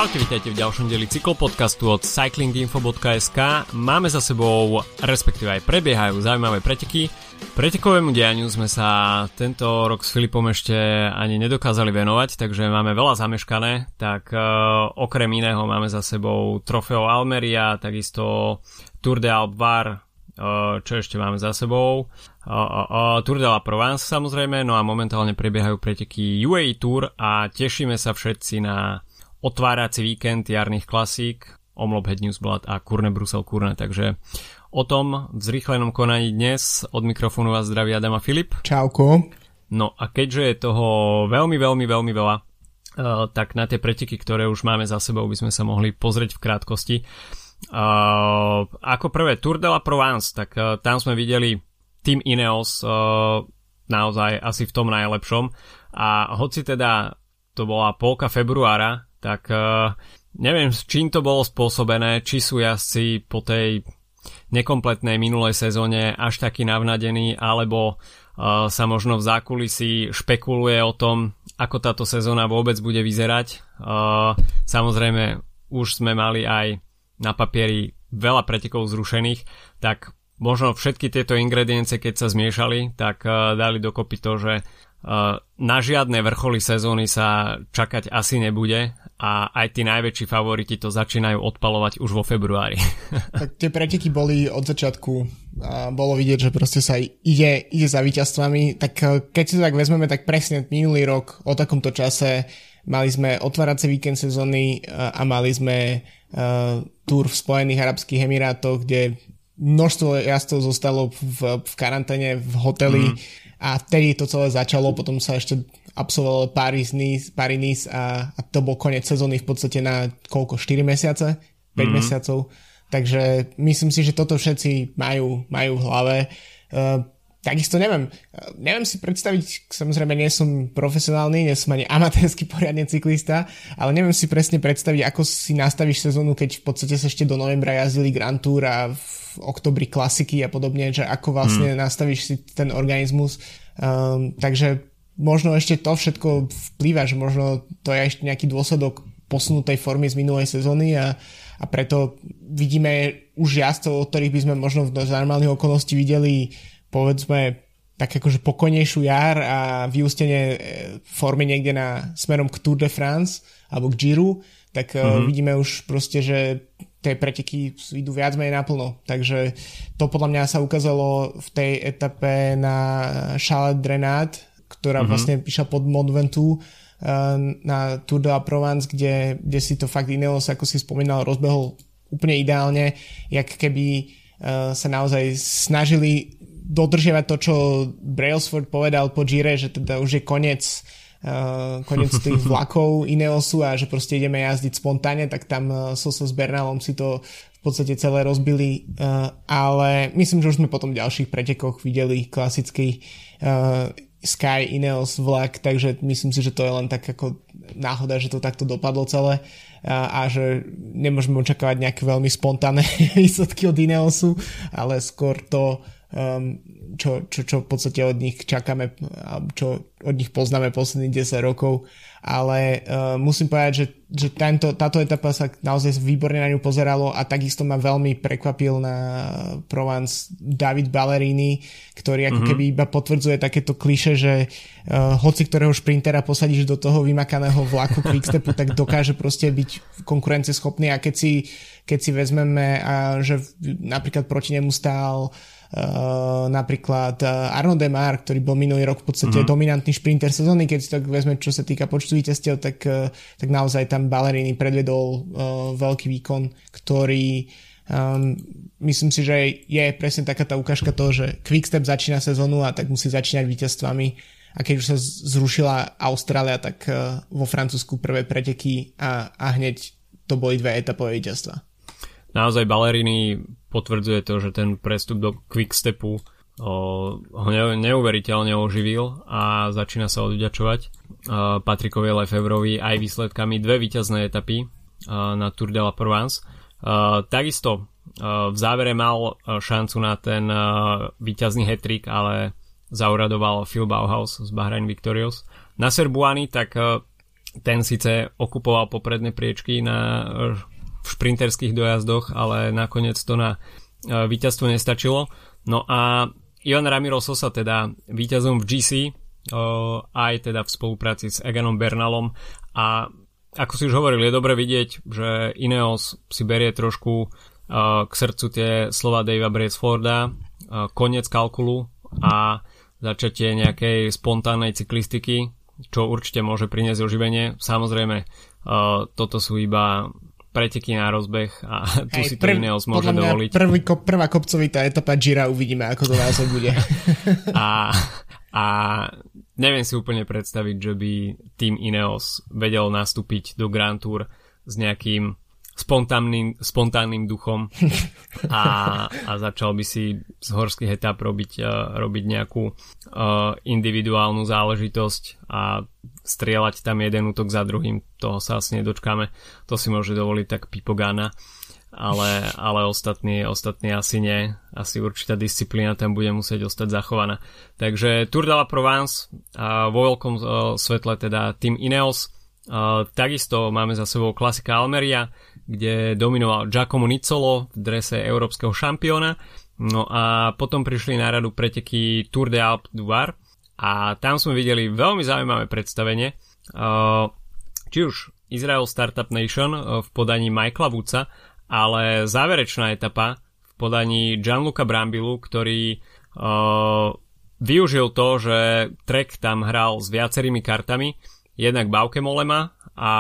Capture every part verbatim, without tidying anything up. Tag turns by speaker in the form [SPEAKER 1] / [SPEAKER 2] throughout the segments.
[SPEAKER 1] Čaute, vítajte v ďalšom dieli cyklopodcastu od cyclinginfo bodka es ká. Máme za sebou, respektíve aj prebiehajú zaujímavé preteky. Pretekovému dianiu sme sa tento rok s Filipom ešte ani nedokázali venovať, takže máme veľa zameškané. Tak uh, okrem iného máme za sebou Trofeo Almeria, takisto Tour de Alpe Var, uh, čo ešte máme za sebou, uh, uh, uh, Tour de la Provence samozrejme, no a momentálne prebiehajú preteky ú á é Tour a tešíme sa všetci na otvárací víkend jarných klasík, Omloop Het Nieuwsblad a Kuurne Brusel Kuurne, takže o tom v zrýchlenom konaní dnes od mikrofónu vás zdraví Adam a Filip.
[SPEAKER 2] Čauko.
[SPEAKER 1] No a keďže je toho veľmi, veľmi, veľmi veľa, uh, tak na tie preteky, ktoré už máme za sebou, by sme sa mohli pozrieť v krátkosti. Uh, ako prvé Tour de la Provence, tak uh, tam sme videli Team Ineos uh, naozaj asi v tom najlepšom a hoci teda to bola polka februára, tak uh, neviem, s čím to bolo spôsobené, či sú jazdci po tej nekompletnej minulej sezóne až taký navnadení, alebo uh, sa možno v zákulisí špekuluje o tom, ako táto sezóna vôbec bude vyzerať. Uh, samozrejme, už sme mali aj na papieri veľa pretekov zrušených, tak možno všetky tieto ingrediencie, keď sa zmiešali, tak uh, dali dokopy to, že uh, na žiadne vrcholy sezóny sa čakať asi nebude a aj tí najväčší favoriti to začínajú odpalovať už vo februári.
[SPEAKER 2] Tak tie preteky boli od začiatku a bolo vidieť, že proste sa ide, ide za víťazstvami. Tak keď si to tak vezmeme, tak presne minulý rok o takomto čase mali sme otvárací víkend sezóny a mali sme uh, Tour v Spojených arabských emirátoch, kde množstvo jazdcov zostalo v, v karanténe v hoteli mm. a vtedy to celé začalo, potom sa ešte absolvoval Paris-Nice, Paris-Nice a, a to bol koniec sezóny v podstate na koľko, štyri mesiace? päť mm. mesiacov. Takže myslím si, že toto všetci majú, majú v hlave. Uh, takisto neviem, uh, neviem si predstaviť, samozrejme nie som profesionálny, nie som ani amatérsky poriadne cyklista, ale neviem si presne predstaviť, ako si nastavíš sezónu, keď v podstate sa ešte do novembra jazdili Grand Tour a v oktobri klasiky a podobne, že ako vlastne mm. nastavíš si ten organizmus. Um, takže možno ešte to všetko vplýva, že možno to je ešte nejaký dôsledok posunutej formy z minulej sezóny a, a preto vidíme už jazdcov, od ktorých by sme možno v normálnych okolností videli povedzme tak akože pokojnejšiu jar a vyústenie formy niekde na smerom k Tour de France alebo k Giro, tak mm-hmm. vidíme už proste, že tie preteky idú viac menej naplno. Takže to podľa mňa sa ukázalo v tej etape na Chalet Drenat, ktorá mm-hmm. vlastne išla pod Mont Ventoux uh, na Tour de la Provence, kde, kde si to fakt Ineos, ako si spomínal, rozbehol úplne ideálne, jak keby uh, sa naozaj snažili dodržiavať to, čo Brailsford povedal po Gire, že teda už je koniec uh, koniec tých vlakov Ineosu a že proste ideme jazdiť spontánne, tak tam uh, Sosa s Bernalom si to v podstate celé rozbili, uh, ale myslím, že už sme potom v ďalších pretekoch videli klasický uh, Sky Ineos vlak, takže myslím si, že to je len tak ako náhoda, že to takto dopadlo celé a, a že nemôžeme očakávať nejaké veľmi spontánne výsledky od Ineosu, ale skôr to, um, čo, čo, čo v podstate od nich čakáme, čo od nich poznáme posledných desať rokov, ale uh, musím povedať, že, že tento, táto etapa sa naozaj výborne na ňu pozeralo a takisto ma veľmi prekvapil na Provence David Ballerini, ktorý ako mm-hmm. keby iba potvrdzuje takéto klišé, že uh, hoci ktorého šprintera posadíš do toho vymakaného vlaku Quickstepu, tak dokáže proste byť konkurencieschopný a keď si, keď si vezmeme, uh, že napríklad proti nemu stál Uh, napríklad uh, Arnaud Démare, ktorý bol minulý rok v podstate mm-hmm. dominantný šprinter sezóny, keď si tak vezme, čo sa týka počtu víťazstiev, tak, uh, tak naozaj tam Ballerini predvedol uh, veľký výkon, ktorý um, myslím si, že je presne taká tá ukážka toho, že Quickstep začína sezónu a tak musí začínať víťazstvami a keď už sa zrušila Austrália, tak uh, vo Francúzsku prvé preteky a, a hneď to boli dve etapové víťazstvá.
[SPEAKER 1] Naozaj Ballerini potvrdzuje to, že ten prestup do Quickstepu o, ho ne, neuveriteľne oživil a začína sa odvďačovať o, Patrickovi Lefevrovi aj výsledkami dve víťazné etapy o, na Tour de la Provence. O, takisto o, v závere mal šancu na ten o, víťazný hat-trick, ale zauradoval Phil Bauhaus z Bahrain Victorious. Nasser Bouhanni tak o, ten síce okupoval popredné priečky na v šprinterských dojazdoch, ale nakoniec to na víťazstvo nestačilo. No a Ivan Ramiro Sosa teda víťazom v gé cé, aj teda v spolupráci s Eganom Bernalom, a ako si už hovoril, je dobre vidieť, že Ineos si berie trošku k srdcu tie slova Davea Brailsforda, koniec kalkulu a začatie nejakej spontánnej cyklistiky, čo určite môže priniesť oživenie. Samozrejme, uh, toto sú iba preteky na rozbeh a tu Hej, si to prv, Ineos môže dovoliť.
[SPEAKER 2] Prvý, prvá kopcovitá etapa Gira, uvidíme, ako to naozaj bude.
[SPEAKER 1] a, a neviem si úplne predstaviť, že by tým Ineos vedel nastúpiť do Grand Tour s nejakým spontánnym, spontánnym duchom a, a začal by si z horských etap robiť, uh, robiť nejakú uh, individuálnu záležitosť a strieľať tam jeden útok za druhým. Toho sa asi nedočkáme. To si môže dovoliť tak Pipogana, ale, ale ostatní, ostatní asi nie. Asi určitá disciplína tam bude musieť ostať zachovaná. Takže Tour de la Provence uh, vo veľkom uh, svetle teda tým Ineos. Uh, takisto máme za sebou klasika Almeria, kde dominoval Giacomo Nizzolo v drese európskeho šampióna. No a potom prišli na radu preteky Tour de Alpe du Var a tam sme videli veľmi zaujímavé predstavenie. Či už Israel Startup Nation v podaní Michaela Woodsa, ale záverečná etapa v podaní Gianluca Brambilu, ktorý využil to, že Trek tam hral s viacerými kartami, jednak Bauke Mollema, a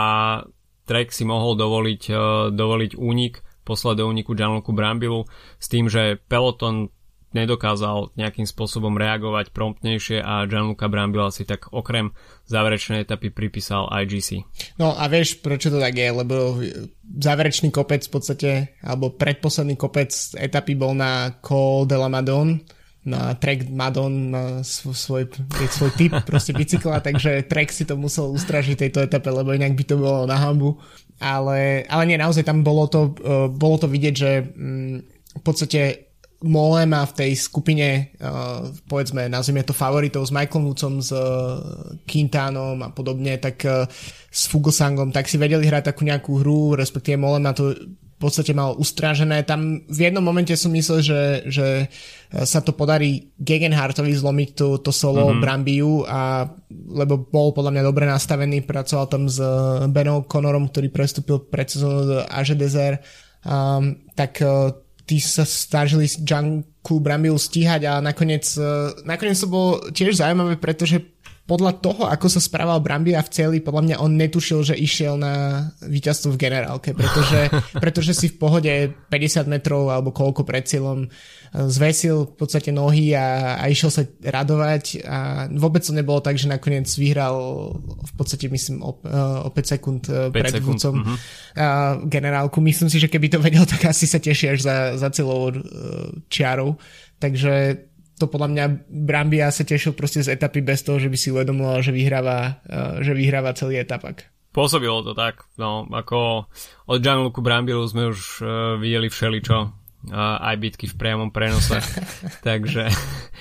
[SPEAKER 1] Trek si mohol dovoliť, uh, dovoliť únik, poslať do úniku Gianlucu Brambilu s tým, že peloton nedokázal nejakým spôsobom reagovať promptnejšie a Gianluca Brambila si tak okrem záverečnej etapy pripísal aj gé cé.
[SPEAKER 2] No a vieš, prečo to tak je? Lebo záverečný kopec v podstate, alebo predposledný kopec etapy bol na Col de la Madone, na Trek Madon, na svoj, svoj typ proste bicykla, takže Trek si to musel ustražiť tejto etape, lebo inak by to bolo na hanbu. Ale, ale nie, naozaj tam bolo to, uh, bolo to vidieť, že um, v podstate Mollema v tej skupine, uh, povedzme, nazvime to favoritov s Michaelom Woodsom, s uh, Quintanom a podobne, tak uh, s Fuglsangom, tak si vedeli hrať takú nejakú hru, respektíve Mollema to v podstate mal ustrážené. Tam v jednom momente som myslel, že, že sa to podarí Gegenhartovi zlomiť to, to solo mm-hmm. Brambiu, a, lebo bol podľa mňa dobre nastavený, pracoval tam s Benom Connorom, ktorý prestúpil pred sezónou do á gé Desert, um, tak uh, tí sa snažili Gianlucu Brambilu stíhať a nakoniec, uh, nakoniec to bolo tiež zaujímavé, pretože podľa toho, ako sa správal Brambila v celi, podľa mňa on netušil, že išiel na víťazstvo v generálke, pretože, pretože si v pohode päťdesiat metrov alebo koľko pred cieľom zvesil v podstate nohy a, a išiel sa radovať, a vôbec to nebolo tak, že nakoniec vyhral v podstate, myslím, o, o päť sekúnd pred Woodsom mm-hmm. generálku. Myslím si, že keby to vedel, tak asi sa teší až za, za celou čiarou. Takže to podľa mňa Brambila sa tešil proste z etapy bez toho, že by si uvedomoval, že vyhráva, že vyhráva celý etapak.
[SPEAKER 1] Pôsobilo to tak, no, ako od Gianlucu Brambilu sme už uh, videli všeličo, uh, aj bitky v priamom prenose, takže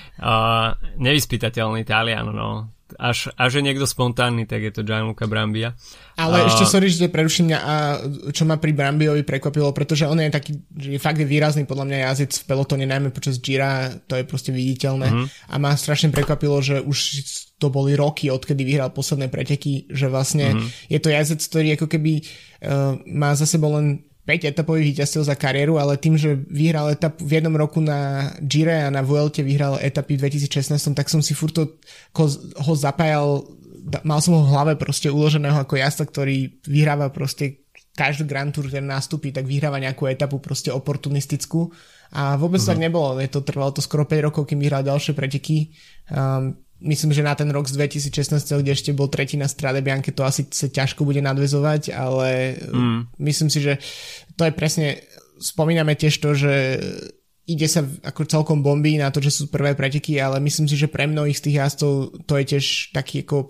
[SPEAKER 1] uh, nevyspytateľný Talian, no. Až, až je niekto spontánny, tak je to Gianluca Brambila.
[SPEAKER 2] Ale uh, ešte sorry, že preruším mňa, a čo ma pri Brambilovi prekvapilo, pretože on je taký, že je fakt je výrazný podľa mňa jazdec v pelotone, najmä počas Gira, to je proste viditeľné, uh-huh. a ma strašne prekvapilo, že už to boli roky, odkedy vyhral posledné preteky, že vlastne uh-huh. je to jazdec, ktorý ako keby uh, má za sebou len päť etapových víťazstiev za kariéru, ale tým, že vyhral etap v jednom roku na Gire a na Vuelte vyhral etapy v dvetisícšestnásť, tak som si furt to, ho zapájal, mal som ho v hlave proste uloženého ako jazda, ktorý vyhráva proste každý Grand Tour, ktorý nastúpi, tak vyhráva nejakú etapu proste oportunistickú, a vôbec uh-huh. tak nebolo. Je to, trvalo to skoro päť rokov, kým vyhral ďalšie preteky. Um, Myslím, že na ten rok z dvetisícšestnásť, kde ešte bol tretí na Strade Bianche, to asi sa ťažko bude nadväzovať, ale mm. myslím si, že to je presne, spomíname tiež to, že ide sa ako celkom bombí na to, že sú prvé preteky, ale myslím si, že pre mnohých z tých jazdcov to je tiež taký ako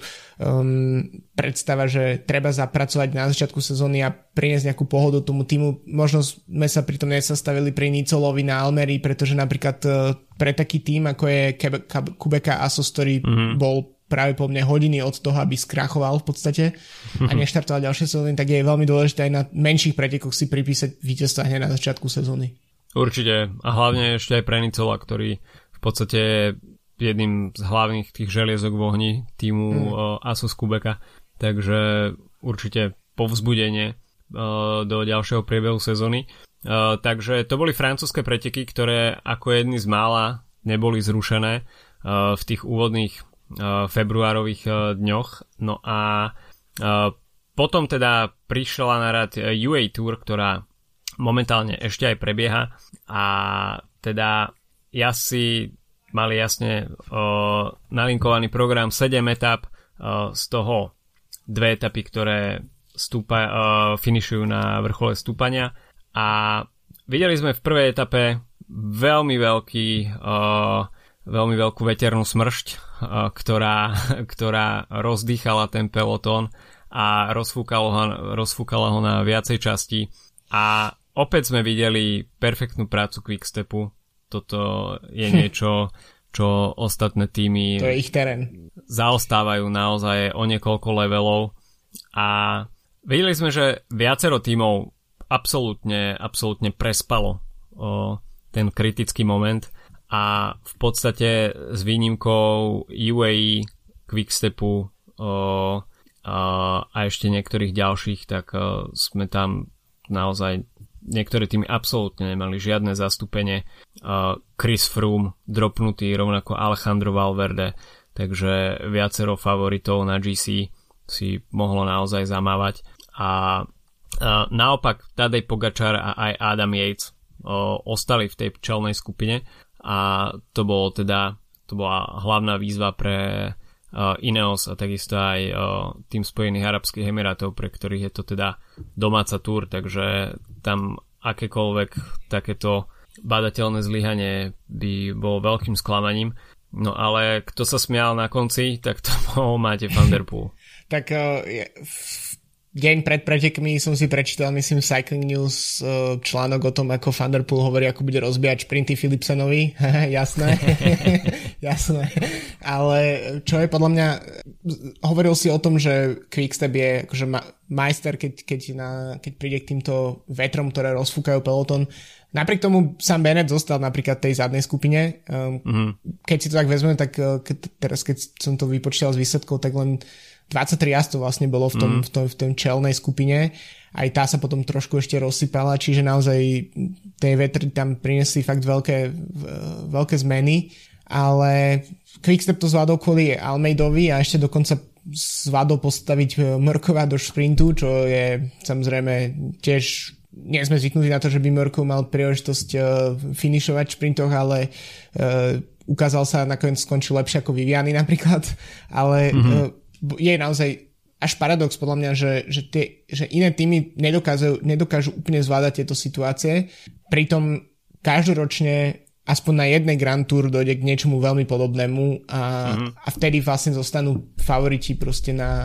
[SPEAKER 2] um, predstava, že treba zapracovať na začiatku sezóny a priniesť nejakú pohodu tomu týmu. Možno sme sa pritom nesastavili pri Nizzolovi na Almerii, pretože napríklad uh, pre taký tým, ako je Kubeka Assos, ktorý mm-hmm. bol práve po mne hodiny od toho, aby skrachoval v podstate a neštartoval ďalšie sezóny, tak je veľmi dôležité aj na menších pretekoch si pripísať víťazstva hneď na začiatku sezóny.
[SPEAKER 1] Určite a hlavne ešte aj pre Nicola, ktorý v podstate je jedným z hlavných tých želiezok v ohni týmu mm. Asus Kubeka, takže určite povzbudenie do ďalšieho priebehu sezóny. Takže to boli francúzske preteky, ktoré ako jedny z mála neboli zrušené v tých úvodných februárových dňoch. No a potom teda prišla na rad ú á Tour, ktorá momentálne ešte aj prebieha a teda jazdci mali jasne nalinkovaný program sedem etap, z toho dve etapy, ktoré stúpa, uh, finišujú na vrchole stúpania a videli sme v prvej etape veľmi veľký uh, veľmi veľkú veternú smršť, uh, ktorá, ktorá rozdýchala ten pelotón a rozfúkala ho, rozfúkala ho na viacej častí a opäť sme videli perfektnú prácu Quickstepu. Toto je niečo, čo ostatné týmy
[SPEAKER 2] to je ich terén.
[SPEAKER 1] Zaostávajú naozaj o niekoľko levelov a videli sme, že viacero tímov absolútne, absolútne prespalo o, ten kritický moment a v podstate s výnimkou ú á é, Quickstepu o, a, a ešte niektorých ďalších, tak o, sme tam naozaj niektoré týmy absolútne nemali žiadne zastúpenie. O, Chris Froome dropnutý, rovnako Alejandro Valverde, takže viacero favoritov na gé cé si mohlo naozaj zamávať. A, a naopak Tadej Pogačar a aj Adam Yates o, ostali v tej čelnej skupine a to bolo teda to bola hlavná výzva pre o, Ineos a takisto aj o, tým Spojených arabských emirátov, pre ktorých je to teda domáca túr, takže tam akékoľvek takéto badateľné zlyhanie by bolo veľkým sklamaním. No ale kto sa smial na konci, tak to bol Matej van der Poel.
[SPEAKER 2] Tak uh, deň pred pretekmi som si prečítal, myslím, Cycling News uh, článok o tom, ako Van der Poel hovorí, ako bude rozbíjať šprinty Philipsenovi. Jasné. Jasné. Ale čo je podľa mňa... Hovoril si o tom, že Quickstep je akože ma- majster, keď, keď, na, keď príde k týmto vetrom, ktoré rozfúkajú peloton. Napriek tomu Sam Bennett zostal napríklad tej zadnej skupine. Um, mm-hmm. Keď si to tak vezmeme, tak keď, teraz keď som to vypočítal z výsledkov, tak len dvadsaťtri jazdcov vlastne bolo v tom, mm. v tom, v tom čelnej skupine. Aj tá sa potom trošku ešte rozsypala, čiže naozaj tie vetry tam priniesli fakt veľké, veľké zmeny, ale Quickstep to zvládol kvôli Almeidovi a ešte dokonca zvládol postaviť Mørkova do šprintu, čo je samozrejme tiež, nie sme zvyknutí na to, že by Mørkov mal príležitosť uh, finišovať v šprintoch, ale uh, ukázal sa, nakoniec skončil lepšie ako Viviani napríklad, ale mm-hmm. uh, je naozaj až paradox podľa mňa, že, že, tie, že iné týmy nedokážu, nedokážu úplne zvládať tieto situácie, pritom každoročne aspoň na jednej Grand Tour dojde k niečomu veľmi podobnému a, mm-hmm. a vtedy vlastne zostanú favoriti proste na,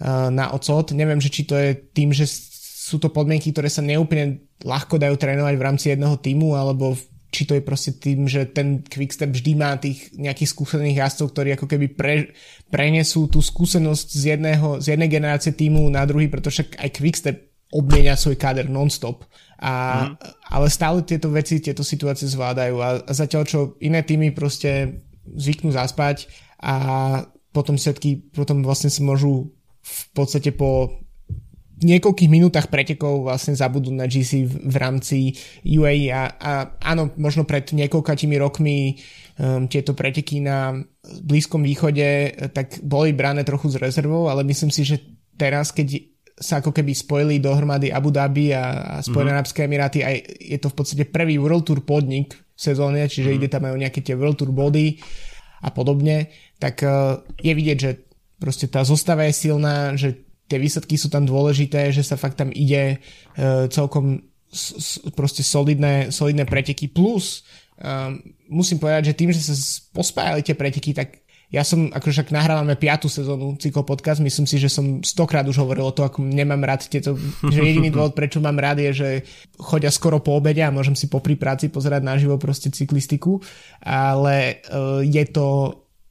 [SPEAKER 2] na ocot. Neviem, že či to je tým, že sú to podmienky, ktoré sa neúplne ľahko dajú trénovať v rámci jedného týmu, alebo či to je proste tým, že ten Quickstep vždy má tých nejakých skúsených jazdcov, ktorí ako keby pre, prenesú tú skúsenosť z, jedného, z jednej generácie týmu na druhý, pretože aj Quickstep obmienia svoj káder non-stop. A, mm. Ale stále tieto veci, tieto situácie zvládajú a, a zatiaľ čo iné týmy proste zvyknú zaspať a potom všetky, potom vlastne sa môžu v podstate po niekoľkých minútach pretekov vlastne zabudnú na gé cé v, v rámci ú á é a, a áno, možno pred niekoľkatými rokmi um, tieto preteky na Blízkom východe tak boli brané trochu s rezervou, ale myslím si, že teraz, keď sa ako keby spojili dohromady Abu Dhabi a, a Spojené mm-hmm. arabské emiráty a je to v podstate prvý World Tour podnik v sezóne, čiže mm-hmm. ide tam aj o nejaké tie World Tour body a podobne, tak uh, je vidieť, že proste tá zostava je silná, že tie výsledky sú tam dôležité, že sa fakt tam ide uh, celkom s, s, proste solidné, solidné preteky. Plus um, musím povedať, že tým, že sa pospájali tie preteky, tak ja som, akože však nahrávame piatu sezónu cyklopodcast, myslím si, že som stokrát už hovoril o to, ako nemám rád tieto, že jediný dôvod, prečo mám rád je, že chodia skoro po obede a môžem si popri práci pozerať naživo proste cyklistiku, ale uh, je to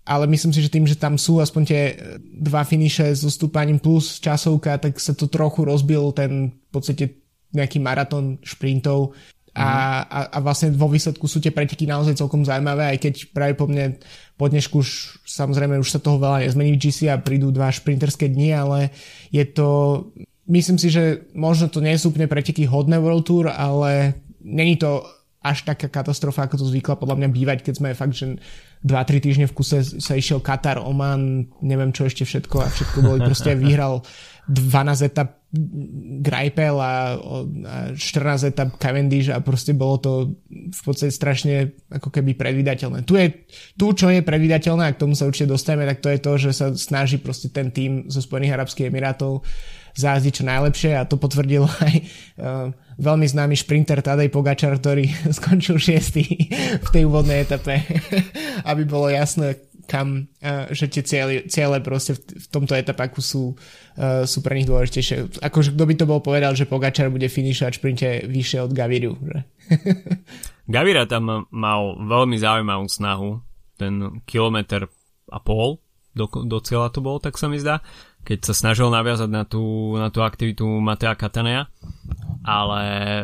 [SPEAKER 2] ale myslím si, že tým, že tam sú aspoň tie dva finiše so stúpaním plus časovka, tak sa to trochu rozbil ten v podstate nejaký maratón šprintov a, a, a vlastne vo výsledku sú tie preteky naozaj celkom zaujímavé, aj keď práve po mne po dnešku už samozrejme už sa toho veľa nezmení v gé cé a prídu dva šprinterské dni, ale je to, myslím si, že možno to nie sú úplne preteky hodné World Tour, ale není to až taká katastrofa, ako to zvykla podľa mňa bývať, keď sme fakt, že dva tri týždne v kuse sa išiel Katar, Oman, neviem čo ešte všetko a všetko boli, proste vyhral dvanásť etap Greipel a, a štrnásť etap Cavendish a proste bolo to v podstate strašne ako keby predvídateľné. Tu je, tu čo je predvídateľné a k tomu sa určite dostaneme, tak to je to, že sa snaží proste ten tím zo Spojených arabských emirátov zájazdiť čo najlepšie a to potvrdil aj uh, veľmi známy šprinter Tadej Pogačar, ktorý skončil šiestý v tej úvodnej etape, aby bolo jasné, kam, uh, že tie ciele, ciele proste v, v tomto etapáku sú, uh, sú pre nich dôležitejšie. Akože kto by to bol povedal, že Pogačar bude finišovať v šprinte vyššie od Gaviriu, že?
[SPEAKER 1] Gaviria tam mal veľmi zaujímavú snahu, ten kilometr a pol do, do cieľa to bolo, tak sa mi zdá, keď sa snažil naviazať na tú, na tú aktivitu Matea Catanea, ale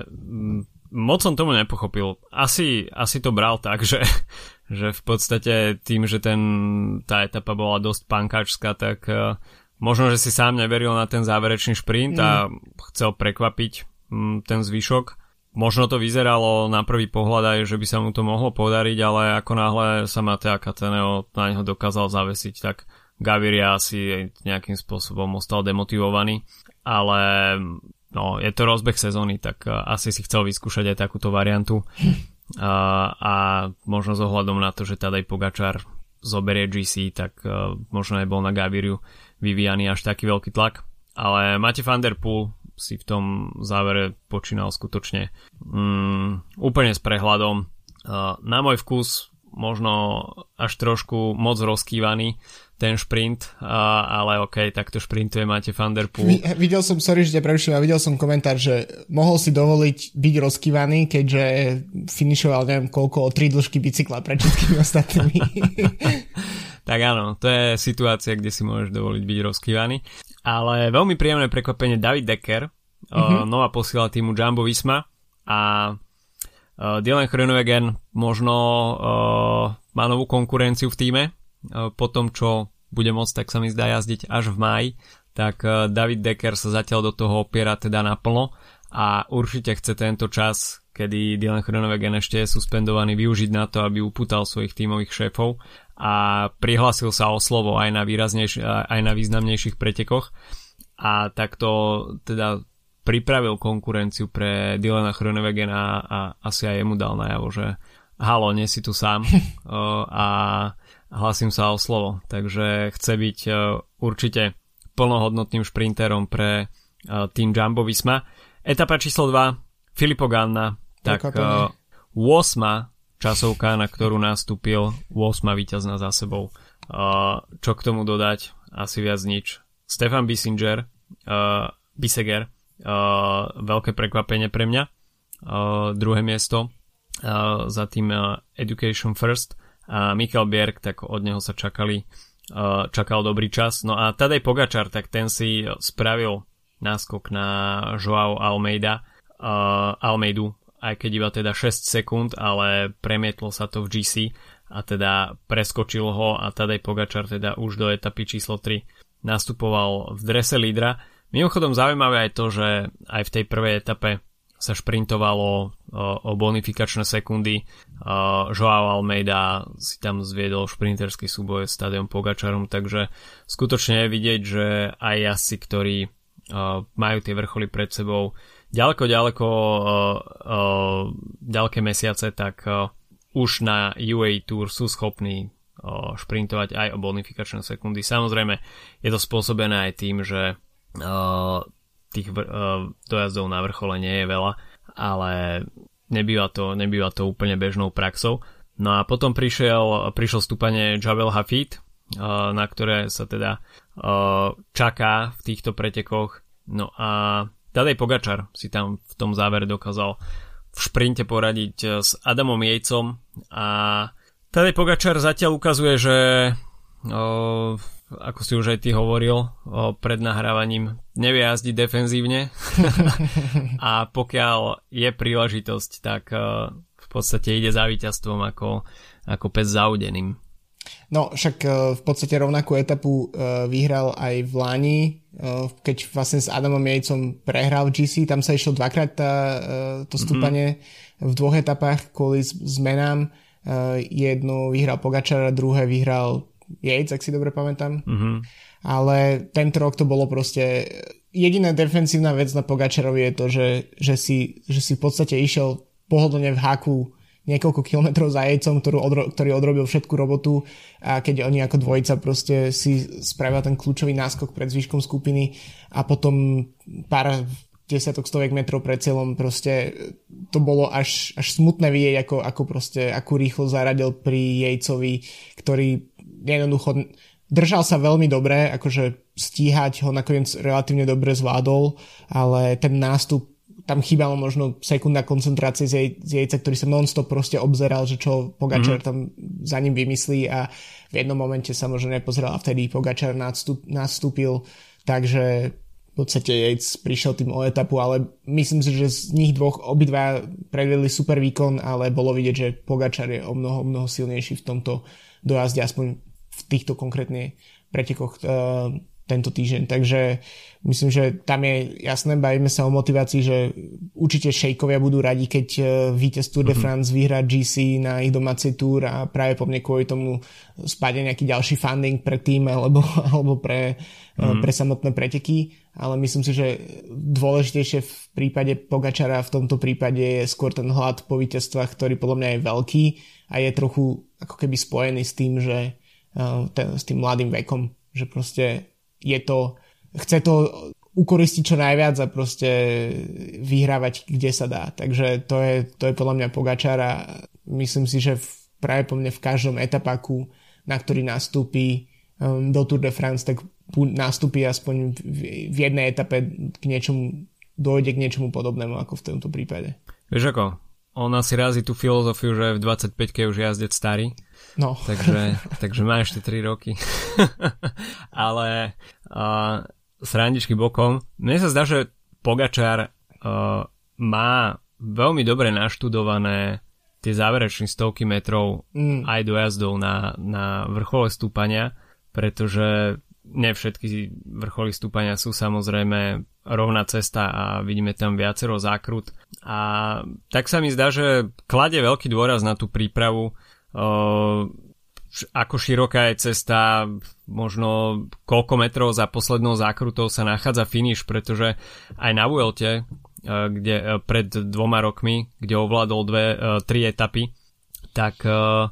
[SPEAKER 1] moc som tomu nepochopil. Asi, asi to bral tak, že, že v podstate tým, že ten, tá etapa bola dosť pankáčska, tak uh, možno, že si sám neveril na ten záverečný šprint mm. a chcel prekvapiť um, ten zvyšok. Možno to vyzeralo na prvý pohľad aj, že by sa mu to mohlo podariť, ale ako náhle sa Matea Cataneo na neho dokázal zavesiť, tak Gaviria asi nejakým spôsobom ostal demotivovaný, ale no, je to rozbeh sezóny, tak asi si chcel vyskúšať aj takúto variantu a, a možno s ohľadom na to, že Tadej Pogačar zoberie gé cé, tak uh, možno nebol na Gaviriu vyvíjaný až taký veľký tlak, ale Matej van der Poel si v tom závere počínal skutočne um, úplne s prehľadom. Uh, na môj vkus možno až trošku moc rozkývaný ten šprint, uh, ale okej, okay, takto šprintuje Matej van der Poel.
[SPEAKER 2] Videl som, sorry, že ťa preruším, videl som komentár, že mohol si dovoliť byť rozkývaný, keďže finišoval neviem koľko o tri dĺžky bicykla pred všetkými ostatnými.
[SPEAKER 1] Tak áno, to je situácia, kde si môžeš dovoliť byť rozkývaný. Ale veľmi príjemné prekvapenie David Dekker, uh-huh. uh, nová posila týmu Jumbo Visma a uh, Dylan Groenewegen možno uh, má novú konkurenciu v tíme. Uh, po tom, čo bude môcť, tak sa mi zdá jazdiť až v máji, tak uh, David Dekker sa zatiaľ do toho opiera teda naplno a určite chce tento čas, kedy Dylan Groenewegen ešte je suspendovaný, využiť na to, aby upútal svojich tímových šéfov a prihlásil sa o slovo aj na, aj na významnejších pretekoch a takto teda pripravil konkurenciu pre Dylana Groenewegena a asi aj jemu dal najavo, že halo, nie si tu sám a hlasím sa o slovo, takže chce byť určite plnohodnotným šprinterom pre tým Jumbo Visma. Etapa číslo dva, Filippo Ganna, tak ôsma časovka, na ktorú nastúpil, ôsma víťazná za sebou. Uh, čo k tomu dodať? Asi viac nič. Stefan Bissinger, uh, Bisseger, uh, veľké prekvapenie pre mňa. Uh, druhé miesto uh, za tým uh, Education First a Michael Bjerg, tak od neho sa čakali, uh, čakal dobrý čas. No a Tadej Pogačar, tak ten si spravil náskok na Joao Almeida, uh, Almeidu, aj keď iba teda šesť sekúnd, ale premietlo sa to v gé cé a teda preskočil ho a Tadej Pogačar teda už do etapy číslo tri nastupoval v drese lídra. Mimochodom zaujímavé aj to, že aj v tej prvej etape sa šprintovalo o, o bonifikačné sekundy. Uh, Joao Almeida si tam zviedol šprinterský súboj s Tadejom Pogačarom, takže skutočne je vidieť, že aj jazdci, ktorí uh, majú tie vrcholy pred sebou, ďaleko, ďaleko uh, uh, ďalké mesiace, tak uh, už na ú á é Tour sú schopní uh, šprintovať aj o bonifikačné sekundy. Samozrejme, je to spôsobené aj tým, že uh, tých uh, dojazdov na vrchole nie je veľa, ale nebýva to, nebýva to úplne bežnou praxou. No a potom prišiel, prišiel stúpanie Jabal Hafid, uh, na ktoré sa teda uh, čaká v týchto pretekoch. No a Tadej Pogačar si tam v tom závere dokázal v šprinte poradiť s Adamom Yatsom a Tadej Pogačar zatiaľ ukazuje, že uh, ako si už aj ty hovoril uh, pred nahrávaním, nevie jazdiť defenzívne a pokiaľ je príležitosť, tak uh, v podstate ide za víťazstvom ako, ako pes zaudeným.
[SPEAKER 2] No, však v podstate rovnakú etapu vyhral aj v Lani, keď vlastne s Adamom Yatsom prehral v gé cé, tam sa išlo dvakrát tá, to stúpanie mm-hmm. v dvoch etapách kvôli zmenám. Jednu vyhral Pogačar a druhé vyhral Yates, ak si dobre pamätám. Mm-hmm. Ale tento rok to bolo proste jediná defensívna vec na Pogačarovi je to, že, že, si, že si v podstate išiel pohodlne v háku niekoľko kilometrov za Yatesom, ktorú odro- ktorý odrobil všetku robotu a keď oni ako dvojica proste si spravia ten kľúčový náskok pred zvyškom skupiny a potom pár desiatok stoviek metrov pred cieľom proste to bolo až, až smutné vidieť, ako, ako proste, akú rýchlo zaradil pri Yatesovi, ktorý jednoducho držal sa veľmi dobre, akože stíhať ho nakoniec relatívne dobre zvládol, ale ten nástup tam chýbalo možno sekunda koncentrácie z Yatesa, ktorý sa non-stop proste obzeral, že čo Pogačar mm. tam za ním vymyslí a v jednom momente sa možno nepozeral a vtedy Pogačar nastup, nastúpil, takže v podstate Yates prišiel tým o etapu, ale myslím si, že z nich dvoch obidva predvedli super výkon, ale bolo vidieť, že Pogačar je o mnoho, mnoho silnejší v tomto dojazde, aspoň v týchto konkrétne pretekoch uh, tento týždeň, takže myslím, že tam je jasné, bavíme sa o motivácii, že určite šejkovia budú radi, keď víťaz Tour de France vyhrá gé cé na ich domácej Tour a práve po mne kvôli tomu spadne nejaký ďalší funding pre tým alebo, alebo pre, mm. pre samotné preteky, ale myslím si, že dôležitejšie v prípade Pogačara v tomto prípade je skôr ten hlad po víťazstvách, ktorý podľa mňa je veľký a je trochu ako keby spojený s tým, že ten, s tým mladým vekom, že proste je to, chce to ukoristiť čo najviac a proste vyhrávať, kde sa dá. Takže to je, to je podľa mňa Pogačar a myslím si, že v, práve po mne v každom etapáku, na ktorý nastúpi um, do Tour de France, tak nastúpi aspoň v, v jednej etape k niečomu, dojde k niečomu podobnému ako v tomto prípade.
[SPEAKER 1] Vieš ako, on asi razí tú filozofiu, že v dvadsaťpäťke už jazdec starý.
[SPEAKER 2] No.
[SPEAKER 1] Takže, takže má ešte tri roky. Ale uh, srandičky bokom. Mne sa zdá, že Pogačar uh, má veľmi dobre naštudované tie záverečné stovky metrov mm. aj dojazdov na, na vrchole stúpania, pretože ne všetky vrcholy stúpania sú samozrejme rovná cesta a vidíme tam viacero zákrut. A tak sa mi zdá, že kladie veľký dôraz na tú prípravu. Uh, ako široká je cesta, možno koľko metrov za poslednou zákrutou sa nachádza finish, pretože aj na Vuelte, uh, kde uh, pred dvoma rokmi, kde ovládol dve, uh, tri etapy, tak uh,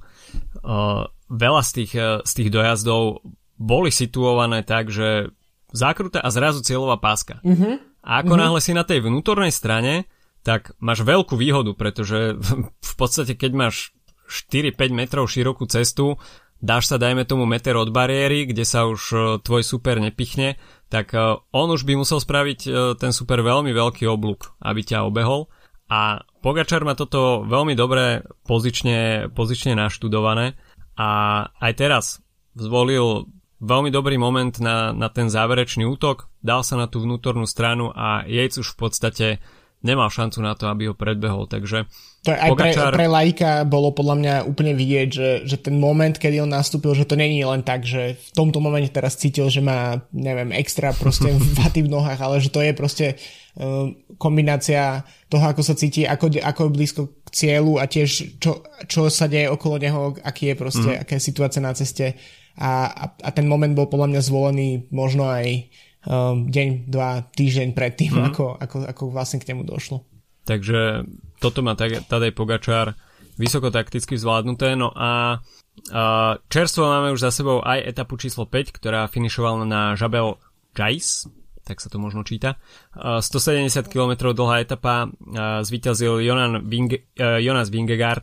[SPEAKER 1] uh, veľa z tých, uh, z tých dojazdov boli situované tak, že zákruta a zrazu cieľová páska. Mm-hmm. A ako mm-hmm. náhle si na tej vnútornej strane, tak máš veľkú výhodu, pretože v podstate keď máš štyri päť metrov širokú cestu, dáš sa dajme tomu meter od bariéry, kde sa už tvoj super nepichne, tak on už by musel spraviť ten super veľmi veľký oblúk, aby ťa obehol. A Pogačar má toto veľmi dobre pozične, pozične naštudované a aj teraz zvolil veľmi dobrý moment na, na ten záverečný útok, dal sa na tú vnútornú stranu a Yates už v podstate nemal šancu na to, aby ho predbehol, takže
[SPEAKER 2] to aj Pogačar... pre, pre laika bolo podľa mňa úplne vidieť, že, že ten moment, kedy on nastúpil, že to není len tak, že v tomto momente teraz cítil, že má, neviem, extra proste vaty v nohách, ale že to je proste uh, kombinácia toho, ako sa cíti, ako, ako je blízko k cieľu a tiež čo, čo sa deje okolo neho, aký je proste, mm. aká je situácia na ceste a, a, a ten moment bol podľa mňa zvolený možno aj Um, deň, dva, týždeň predtým, mm. ako, ako, ako vlastne k nemu došlo.
[SPEAKER 1] Takže toto má Tadej Pogačar vysoko takticky zvládnuté. No a, a čerstvo máme už za sebou aj etapu číslo päť, ktorá finišovala na Jabal Jais, tak sa to možno číta. A stosedemdesiat kilometrov dlhá etapa, zvíťazil Jonas Vinge, Jonas Vingegaard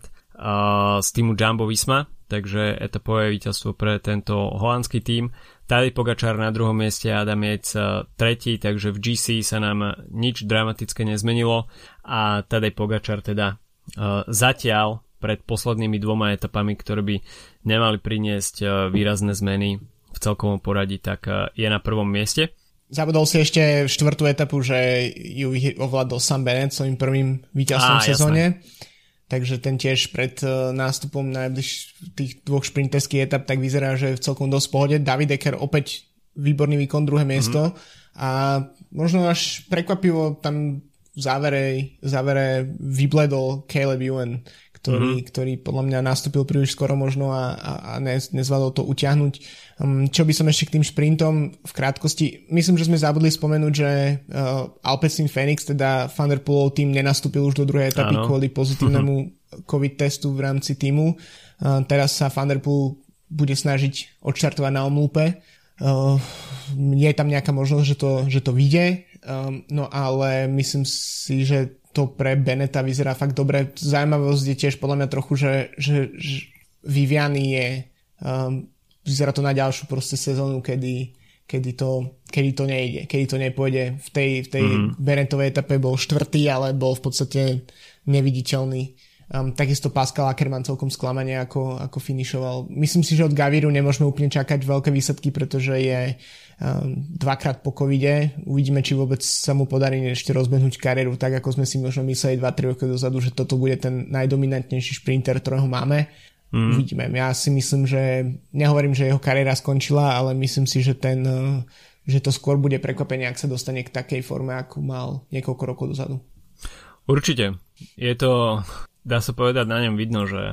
[SPEAKER 1] a, z týmu Jumbo Visma, takže etapové víťazstvo pre tento holandský tím. Tadej Pogačar na druhom mieste, Adam Yates tretí, takže v gé cé sa nám nič dramatické nezmenilo a Tadej Pogačar teda uh, zatiaľ pred poslednými dvoma etapami, ktoré by nemali priniesť výrazné zmeny v celkovom poradí, tak je na prvom mieste.
[SPEAKER 2] Zabudol si ešte štvrtú etapu, že ju ovládol Sam Bennett svojím prvým víťazstvom v sezóne. Takže ten tiež pred nástupom najbližších tých dvoch šprinterských etap tak vyzerá, že je v celkom dosť pohode. David Ecker opäť výborný výkon, druhé miesto. Mm-hmm. A možno až prekvapivo tam v závere, v závere vybledol Caleb Ewan, ktorý, mm-hmm. ktorý podľa mňa nastúpil príliš skoro možno a, a, a nezvládol to utiahnuť. Um, čo by som ešte k tým šprintom v krátkosti, myslím, že sme zabudli spomenúť, že uh, Alpecin Phoenix, teda Van der Poelov tým nenastúpil už do druhej etapy Áno. kvôli pozitívnemu COVID testu v rámci týmu. Uh, teraz sa Van der Poel bude snažiť odštartovať na omlúpe. Uh, je tam nejaká možnosť, že to, že to vyjde, um, no ale myslím si, že to pre Beneta vyzerá fakt dobre. Zaujímavosť je tiež podľa mňa trochu, že, že, že Viviani je um, vyzerá to na ďalšiu proste sezónu, kedy, kedy, to, kedy to nejde, kedy to nepôjde. V tej, v tej mm-hmm. Benetovej etape bol štvrtý, ale bol v podstate neviditeľný. Um, takisto Pascal Ackermann celkom sklamanie, ako, ako finišoval. Myslím si, že od Gaviru nemôžeme úplne čakať veľké výsledky, pretože je um, dvakrát po covide. Uvidíme, či vôbec sa mu podarí ešte rozbehnúť kariéru tak, ako sme si možno mysleli dva tri roky dozadu, že toto bude ten najdominantnejší šprinter, ktorého máme. Mm. Uvidíme. Ja si myslím, že nehovorím, že jeho kariéra skončila, ale myslím si, že ten že to skôr bude prekvapenie, ak sa dostane k takej forme, ako mal niekoľko rokov dozadu.
[SPEAKER 1] Určite. Je to, dá sa povedať, na ňom vidno, že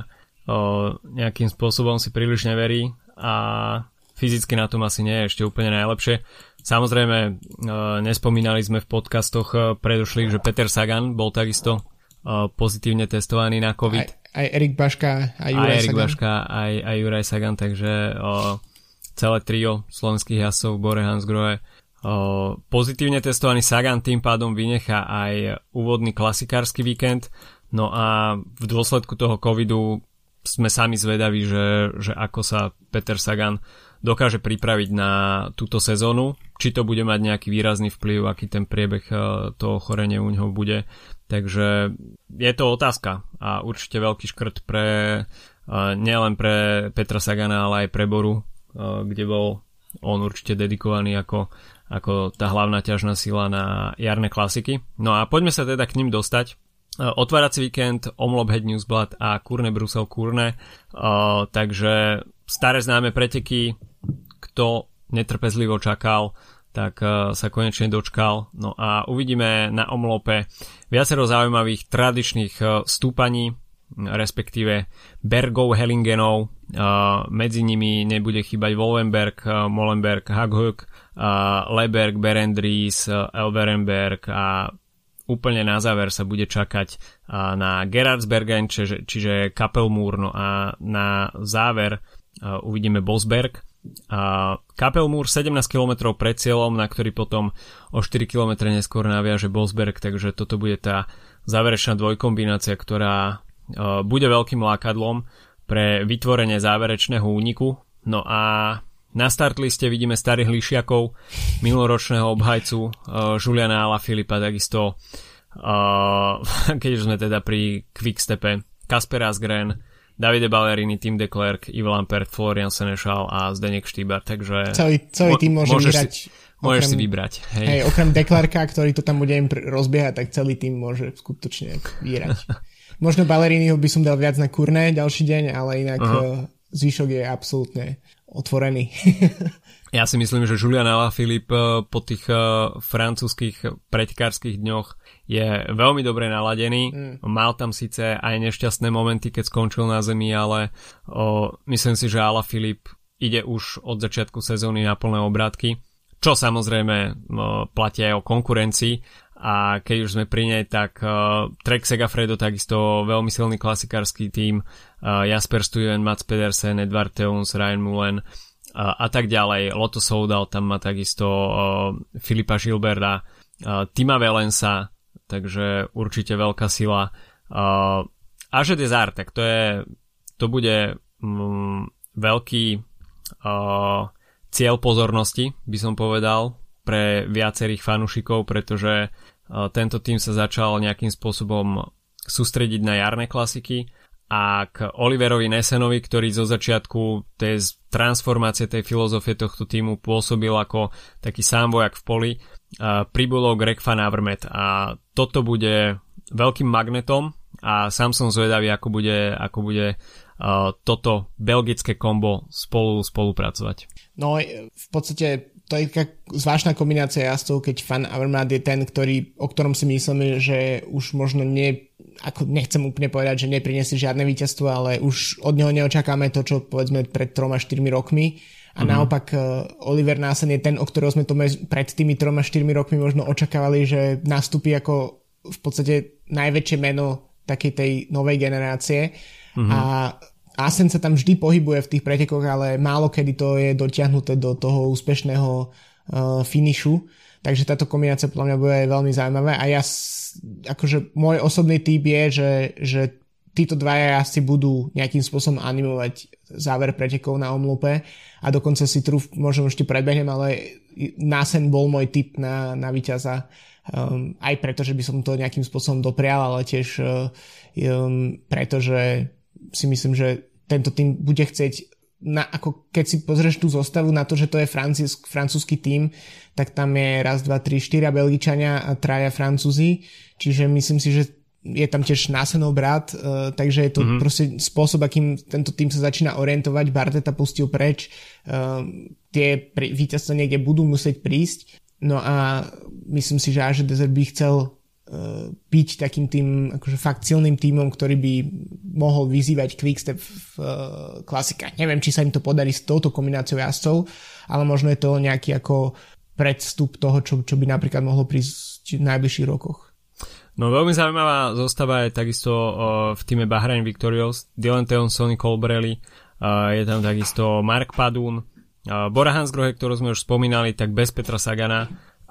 [SPEAKER 1] o, nejakým spôsobom si príliš neverí a fyzicky na tom asi nie je ešte úplne najlepšie. Samozrejme, o, nespomínali sme v podcastoch predošlých, že Peter Sagan bol takisto o, pozitívne testovaný na COVID.
[SPEAKER 2] Aj, aj Erik Baška a Juraj
[SPEAKER 1] aj Erik
[SPEAKER 2] Sagan.
[SPEAKER 1] Baška, aj, aj Juraj Sagan, takže o, celé trio slovenských jazdcov Bore Hansgrohe pozitívne testovaný. Sagan tým pádom vynechá aj úvodný klasikársky víkend. No a v dôsledku toho covidu sme sami zvedaví, že, že ako sa Peter Sagan dokáže pripraviť na túto sezónu, či to bude mať nejaký výrazný vplyv, aký ten priebeh toho chorenia u neho bude. Takže je to otázka a určite veľký škrt pre nielen pre Petra Sagana, ale aj pre Boru, kde bol on určite dedikovaný ako, ako tá hlavná ťažná sila na jarné klasiky. No a poďme sa teda k ním dostať. Otvárací víkend Omloop Het Nieuwsblad a Kuurne Brusel Kuurne. Uh, takže staré známe preteky, kto netrpezlivo čakal, tak uh, sa konečne dočkal. No a uvidíme na Omloope viacero zaujímavých tradičných uh, stúpaní, respektíve Bergov, Hellingenov, uh, medzi nimi nebude chýbať Wolvenberg, uh, Molenberg, Haghög, uh, Leberg, Berendries, uh, Elverenberg a úplne na záver sa bude čakať uh, na Gerardsbergen, čiže, čiže Kappelmoor, no a na záver uh, uvidíme Bosberg. Uh, Kappelmoor sedemnásť kilometrov pred cieľom, na ktorý potom o štyri kilometre neskôr naviaže Bosberg, takže toto bude tá záverečná dvojkombinácia, ktorá bude veľkým lákadlom pre vytvorenie záverečného úniku. No a na start liste vidíme starých lišiakov, minuloročného obhajcu uh, Juliana Alaphilippa, takisto uh, keď už sme teda pri Quickstepe, Kasper Asgreen, Davide Ballerini, Tim de Klerk, Yves Lampert, Florian Seneschal a Zdeněk Štýbar, takže
[SPEAKER 2] celý, celý tým môže
[SPEAKER 1] môžeš
[SPEAKER 2] vyhrať.
[SPEAKER 1] Si, môžeš okrem, si vybrať. Hej.
[SPEAKER 2] Hej, okrem de Klerka, ktorý to tam bude im rozbiehať, tak celý tým môže skutočne vyhrať. Možno Balleriniho by som dal viac na Kuurne ďalší deň, ale inak uh-huh. zvyšok je absolútne otvorený.
[SPEAKER 1] Ja si myslím, že Julian Alaphilippe po tých uh, francúzskych pretekárskych dňoch je veľmi dobre naladený. Mm. Mal tam síce aj nešťastné momenty, keď skončil na zemi, ale uh, myslím si, že Alaphilippe ide už od začiatku sezóny na plné obrátky, čo samozrejme uh, platí aj o konkurencii. A keď už sme pri nej, tak uh, Trek Segafredo, takisto veľmi silný klasikársky tím, uh, Jasper Stuyven, Mats Pedersen, Edvard Theuns, Ryan Mullen uh, a tak ďalej. Lotto Soudal tam má takisto uh, Filipa Gilberta, uh, Tima Valensa, takže určite veľká sila. Uh, Age des Arts, tak to je to bude um, veľký uh, cieľ pozornosti, by som povedal, pre viacerých fanúšikov, pretože uh, tento tým sa začal nejakým spôsobom sústrediť na jarné klasiky a k Oliverovi Nesenovi, ktorý zo začiatku tej transformácie tej filozofie tohto týmu pôsobil ako taký sám vojak v poli, pribudol Greg Van Avermaet a toto bude veľkým magnetom a sám som zvedavý, ako bude, ako bude uh, toto belgické kombo spolu spolupracovať.
[SPEAKER 2] No v podstate to je taká zvláštna kombinácia jazdcov, keď Van Avermaet je ten, ktorý, o ktorom si myslíme, že už možno nie, ako nechcem úplne povedať, že nepriniesie žiadne víťazstvo, ale už od neho neočakáme to, čo povedzme pred troma štyrmi rokmi. A mm-hmm. naopak Oliver Naesen je ten, o ktorého sme to pred tými troma štyrmi rokmi možno očakávali, že nastúpi ako v podstate najväčšie meno takej tej novej generácie. Mm-hmm. A Asen sa tam vždy pohybuje v tých pretekoch, ale málo kedy to je dotiahnuté do toho úspešného uh, finishu. Takže táto kombinácia podľa mňa bude veľmi zaujímavá. A ja, akože môj osobný typ je, že, že títo dvaja asi budú nejakým spôsobom animovať záver pretekov na omlupe. A dokonca si trúf, možno ešte predbehnem, ale Naesen bol môj typ na, na víťaza. Um, aj preto, že by som to nejakým spôsobom doprial, ale tiež uh, um, preto, že si myslím, že tento tým bude chcieť, na, ako keď si pozrieš tú zostavu na to, že to je francúz, francúzsky tím, tak tam je raz, dva, tri, štyria Belgičania a traja Francúzi, čiže myslím si, že je tam tiež Nasenov brat, uh, takže je to mm-hmm. proste spôsob, akým tento tým sa začína orientovať. Barteta pustil preč, uh, tie pri, víťazstva niekde budú musieť prísť, no a myslím si, že á gé Desert by chcel byť takým tým akože fakt silným tímom, ktorý by mohol vyzývať Quickstep v uh, klasikách. Neviem, či sa im to podarí s touto kombináciou jazdcov, ale možno je to nejaký ako predstup toho, čo, čo by napríklad mohlo prísť v najbližších rokoch.
[SPEAKER 1] No veľmi zaujímavá zostava je takisto uh, v týme Bahrain Victorious, Dylan Theon, Sonny Colbrelli, uh, je tam takisto Mark Padun, uh, Bora Hansgrohe, ktorú sme už spomínali, tak bez Petra Sagana,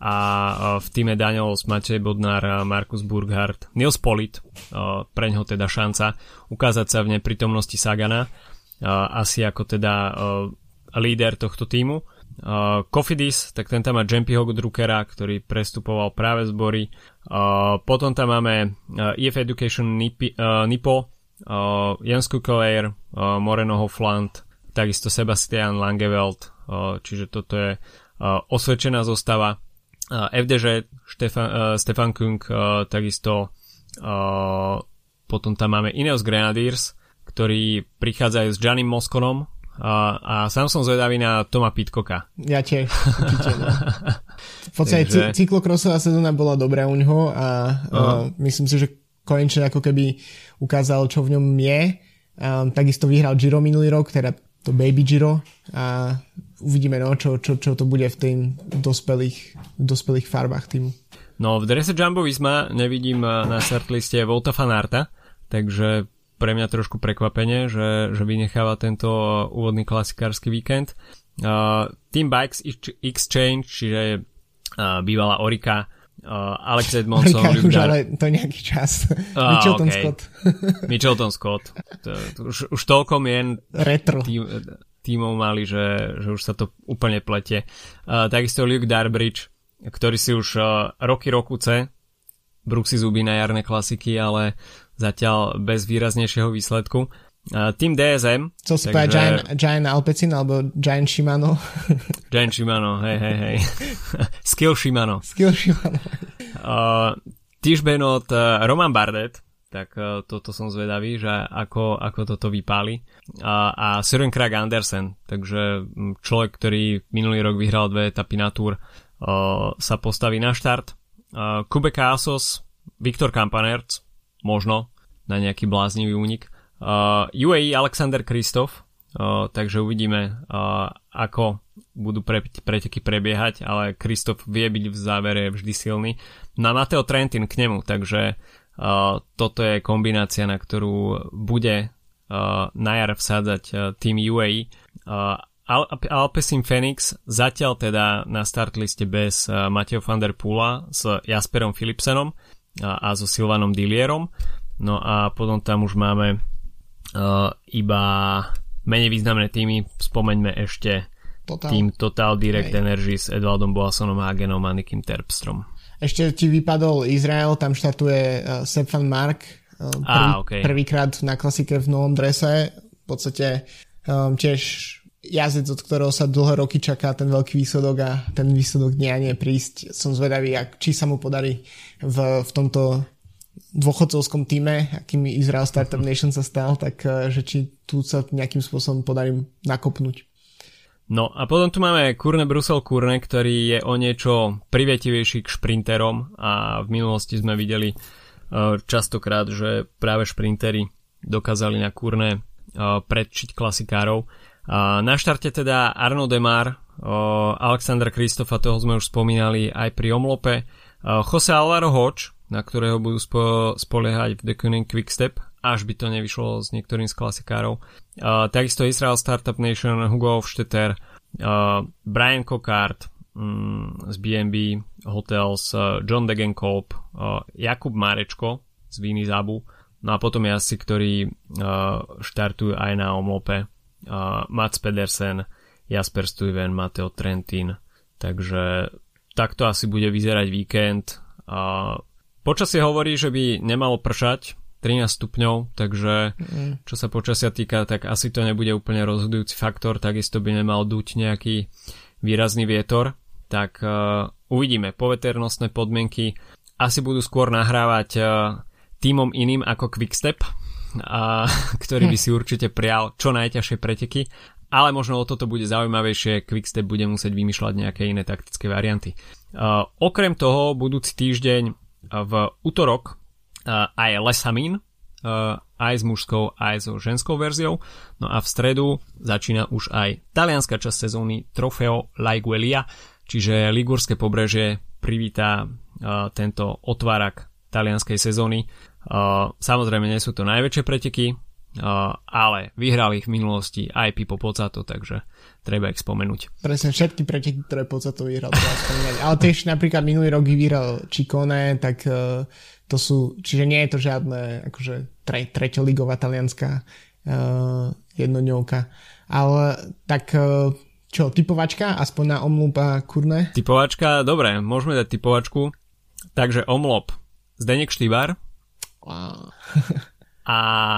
[SPEAKER 1] a v týme Daniels Matej Bodnar, Markus Burkhardt, Nils Politt, preňho teda šanca ukázať sa v neprítomnosti Sagana, asi ako teda líder tohto týmu. Cofidis, tak ten tam má Jampiho Druckera, ktorý prestupoval práve z Bory. Potom tam máme í ef Education Nippo, Jens Kukelair, Moreno Hofland, takisto Sebastian Langeveld, čiže toto je osvedčená zostava. Uh, ef dé žé, Stefan, uh, Stefan Kung, uh, takisto uh, potom tam máme Ineos Grenadiers, ktorí prichádzajú s Giannim Mosconom uh, a sám som zvedavý na Toma Pidcocka.
[SPEAKER 2] Ja tiež, určite. No. V podstate Takže... cyklokrosová sezóna bola dobrá u ňoho a uh, uh, myslím si, že konečne ako keby ukázal, čo v ňom je. Um, takisto vyhral Giro minulý rok, teda to Baby Giro a uvidíme, no, čo, čo, čo to bude v tým dospelých, dospelých farbách týmu.
[SPEAKER 1] No, v drese Jumbo Visma nevidím na startliste Wouta van Aerta, takže pre mňa trošku prekvapenie, že, že vynecháva tento úvodný klasikársky víkend. Uh, Team Bikes Exchange, čiže uh, bývalá Orica, uh, Alex Edmondson,
[SPEAKER 2] Orica už, ale to nejaký čas.
[SPEAKER 1] Uh,
[SPEAKER 2] Mitchelton
[SPEAKER 1] okay.
[SPEAKER 2] Scott.
[SPEAKER 1] Mitchelton Scott. To, to, už, už toľko mien
[SPEAKER 2] retro
[SPEAKER 1] tým, tímov mali, že, že už sa to úplne pletie. Uh, takisto Luke Darbridge, ktorý si už uh, roky rokuce brúsi zuby na jarné klasiky, ale zatiaľ bez výraznejšieho výsledku. Uh, Team dé es em.
[SPEAKER 2] Co si takže... Giant, Giant Alpecin alebo Giant Shimano?
[SPEAKER 1] Giant Shimano, hej, hej, hej. Skill Shimano.
[SPEAKER 2] Skill Shimano.
[SPEAKER 1] uh, Tischbenot, uh, Roman Bardet, tak uh, toto som zvedavý, že ako, ako toto vypáli. Uh, a Søren Kragh Andersen, takže človek, ktorý minulý rok vyhral dve etapy na Tour, uh, sa postaví na štart. Uh, Kubeka Asos, Viktor Kampenerz, možno na nejaký bláznivý únik. Uh, ú á é Alexander Kristoff, uh, takže uvidíme, uh, ako budú pre, preteky prebiehať, ale Kristoff vie byť v závere vždy silný. No a Matteo Trentin k nemu, takže Uh, toto je kombinácia, na ktorú bude uh, na jar vsádzať uh, tým ú á é. Uh, Al- Alpecin Phoenix zatiaľ teda na start liste bez uh, Mateo van der Poola s Jasperom Philipsenom uh, a so Silvanom Dillierom. No a potom tam už máme uh, iba menej významné týmy. Spomeňme ešte Total. Tým Total Direct Hej. Energy s Edvaldom Boassonom, Hagenom a Nikim Terpstrom.
[SPEAKER 2] Ešte ti vypadol Izrael, tam štartuje uh, Sepp van Mark prvý,
[SPEAKER 1] ah, okay.
[SPEAKER 2] prvýkrát na klasike v novom drese. V podstate um, tiež jazdec, od ktorého sa dlhé roky čaká ten veľký výsledok a ten výsledok nie a nie prísť. Som zvedavý, ak, či sa mu podarí v, v tomto dôchodcovskom týme, akým Israel Startup Nation sa stal, tak že či tu sa nejakým spôsobom podarím nakopnúť.
[SPEAKER 1] No a potom tu máme Kurne Brusel Kurne, ktorý je o niečo privietivejší k šprinterom a v minulosti sme videli uh, častokrát, že práve šprinteri dokázali na Kurne uh, predčiť klasikárov. Uh, na štarte teda Arnaud Démare, uh, Alexander Kristoff, toho sme už spomínali aj pri omlope, uh, Jose Alvaro Hodge, na ktorého budú spo- spoliehať v The Koenig Quickstep, až by to nevyšlo s niektorým z klasikárov. Uh, takisto Israel Startup Nation, Hugo Hofstetter, uh, Brian Cockart um, z B and B Hotels, uh, John Degenkolb, uh, Jakub Marečko z Viny Zabu, no a potom jazdci, ktorí uh, štartujú aj na omlope, uh, Mats Pedersen, Jasper Stuyven, Matteo Trentin. Takže takto asi bude vyzerať víkend. Uh, počasie hovorí, že by nemalo pršať, trinásť stupňov, takže čo sa počasia týka, tak asi to nebude úplne rozhodujúci faktor, takisto by nemal duť nejaký výrazný vietor, tak uh, uvidíme. Poveternostné podmienky asi budú skôr nahrávať uh, tímom iným ako Quickstep, uh, ktorý by si určite prial čo najťažšie preteky, ale možno o toto bude zaujímavejšie, Quickstep bude musieť vymýšľať nejaké iné taktické varianty. Uh, okrem toho budúci týždeň v utorok Uh, aj Les Amin, uh, aj s mužskou, aj so ženskou verziou. No a v stredu začína už aj talianska časť sezóny Trofeo Laigueglia, čiže Ligurské pobrežie privítá uh, tento otvárak talianskej sezóny. Uh, samozrejme nie sú to najväčšie preteky, uh, ale vyhrali ich v minulosti aj Pipo Pozzato, takže treba ich spomenúť.
[SPEAKER 2] Presne všetky preteky, ktoré Pozzato vyhral, treba spomínať. Ale tiež napríklad minulý rok vyhral Ciccone, tak uh, to sú, čiže nie je to žiadne akože tre, treťoligová talianská uh, jednodňovka. Ale tak uh, čo, typovačka? Aspoň na omlop a Kurne?
[SPEAKER 1] Typovačka, dobre, môžeme dať typovačku. Takže omlop Zdeněk Štýbar
[SPEAKER 2] wow.
[SPEAKER 1] a,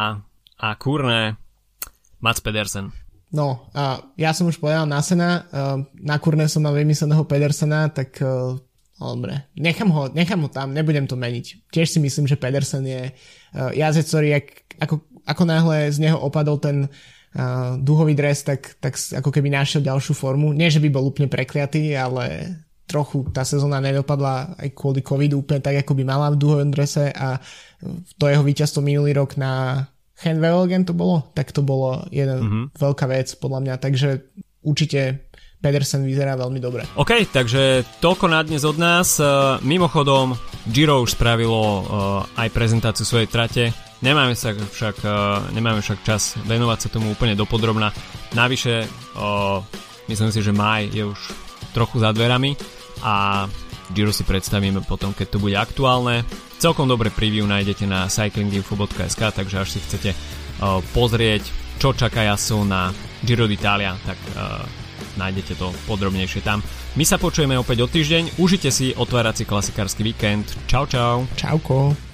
[SPEAKER 1] a Kurne Mats Pedersen.
[SPEAKER 2] No, a ja som už povedal na Sena, uh, na Kurne som mal vymysleného Pedersena, tak uh, dobre, nechám ho, nechám ho tam, nebudem to meniť. Tiež si myslím, že Pedersen je uh, jazdec, ktorý jak, ako, ako náhle z neho opadol ten uh, duhový dres, tak, tak ako keby našiel ďalšiu formu. Nie, že by bol úplne prekliatý, ale trochu tá sezóna nedopadla aj kvôli covidu úplne tak, ako by mala v duhovom drese a to jeho víťazstvo minulý rok na Henvelgen to bolo, tak to bolo jeden mm-hmm. veľká vec podľa mňa, takže určite Pedersen vyzerá veľmi dobre. OK, takže toľko na dnes od nás. Mimochodom, Giro už spravilo aj prezentáciu svojej trate. Nemáme, sa však, nemáme však čas venovať sa tomu úplne dopodrobna. Navyše, myslím si, že máj je už trochu za dverami a Giro si predstavíme potom, keď to bude aktuálne. Celkom dobre preview nájdete na cyclinginfo bodka es ká, takže až si chcete pozrieť, čo čaká jazdcov na Giro d'Italia, tak nájdete to podrobnejšie tam. My sa počujeme opäť o týždeň. Užite si otvárací klasikársky víkend. Čau, čau. Čauko.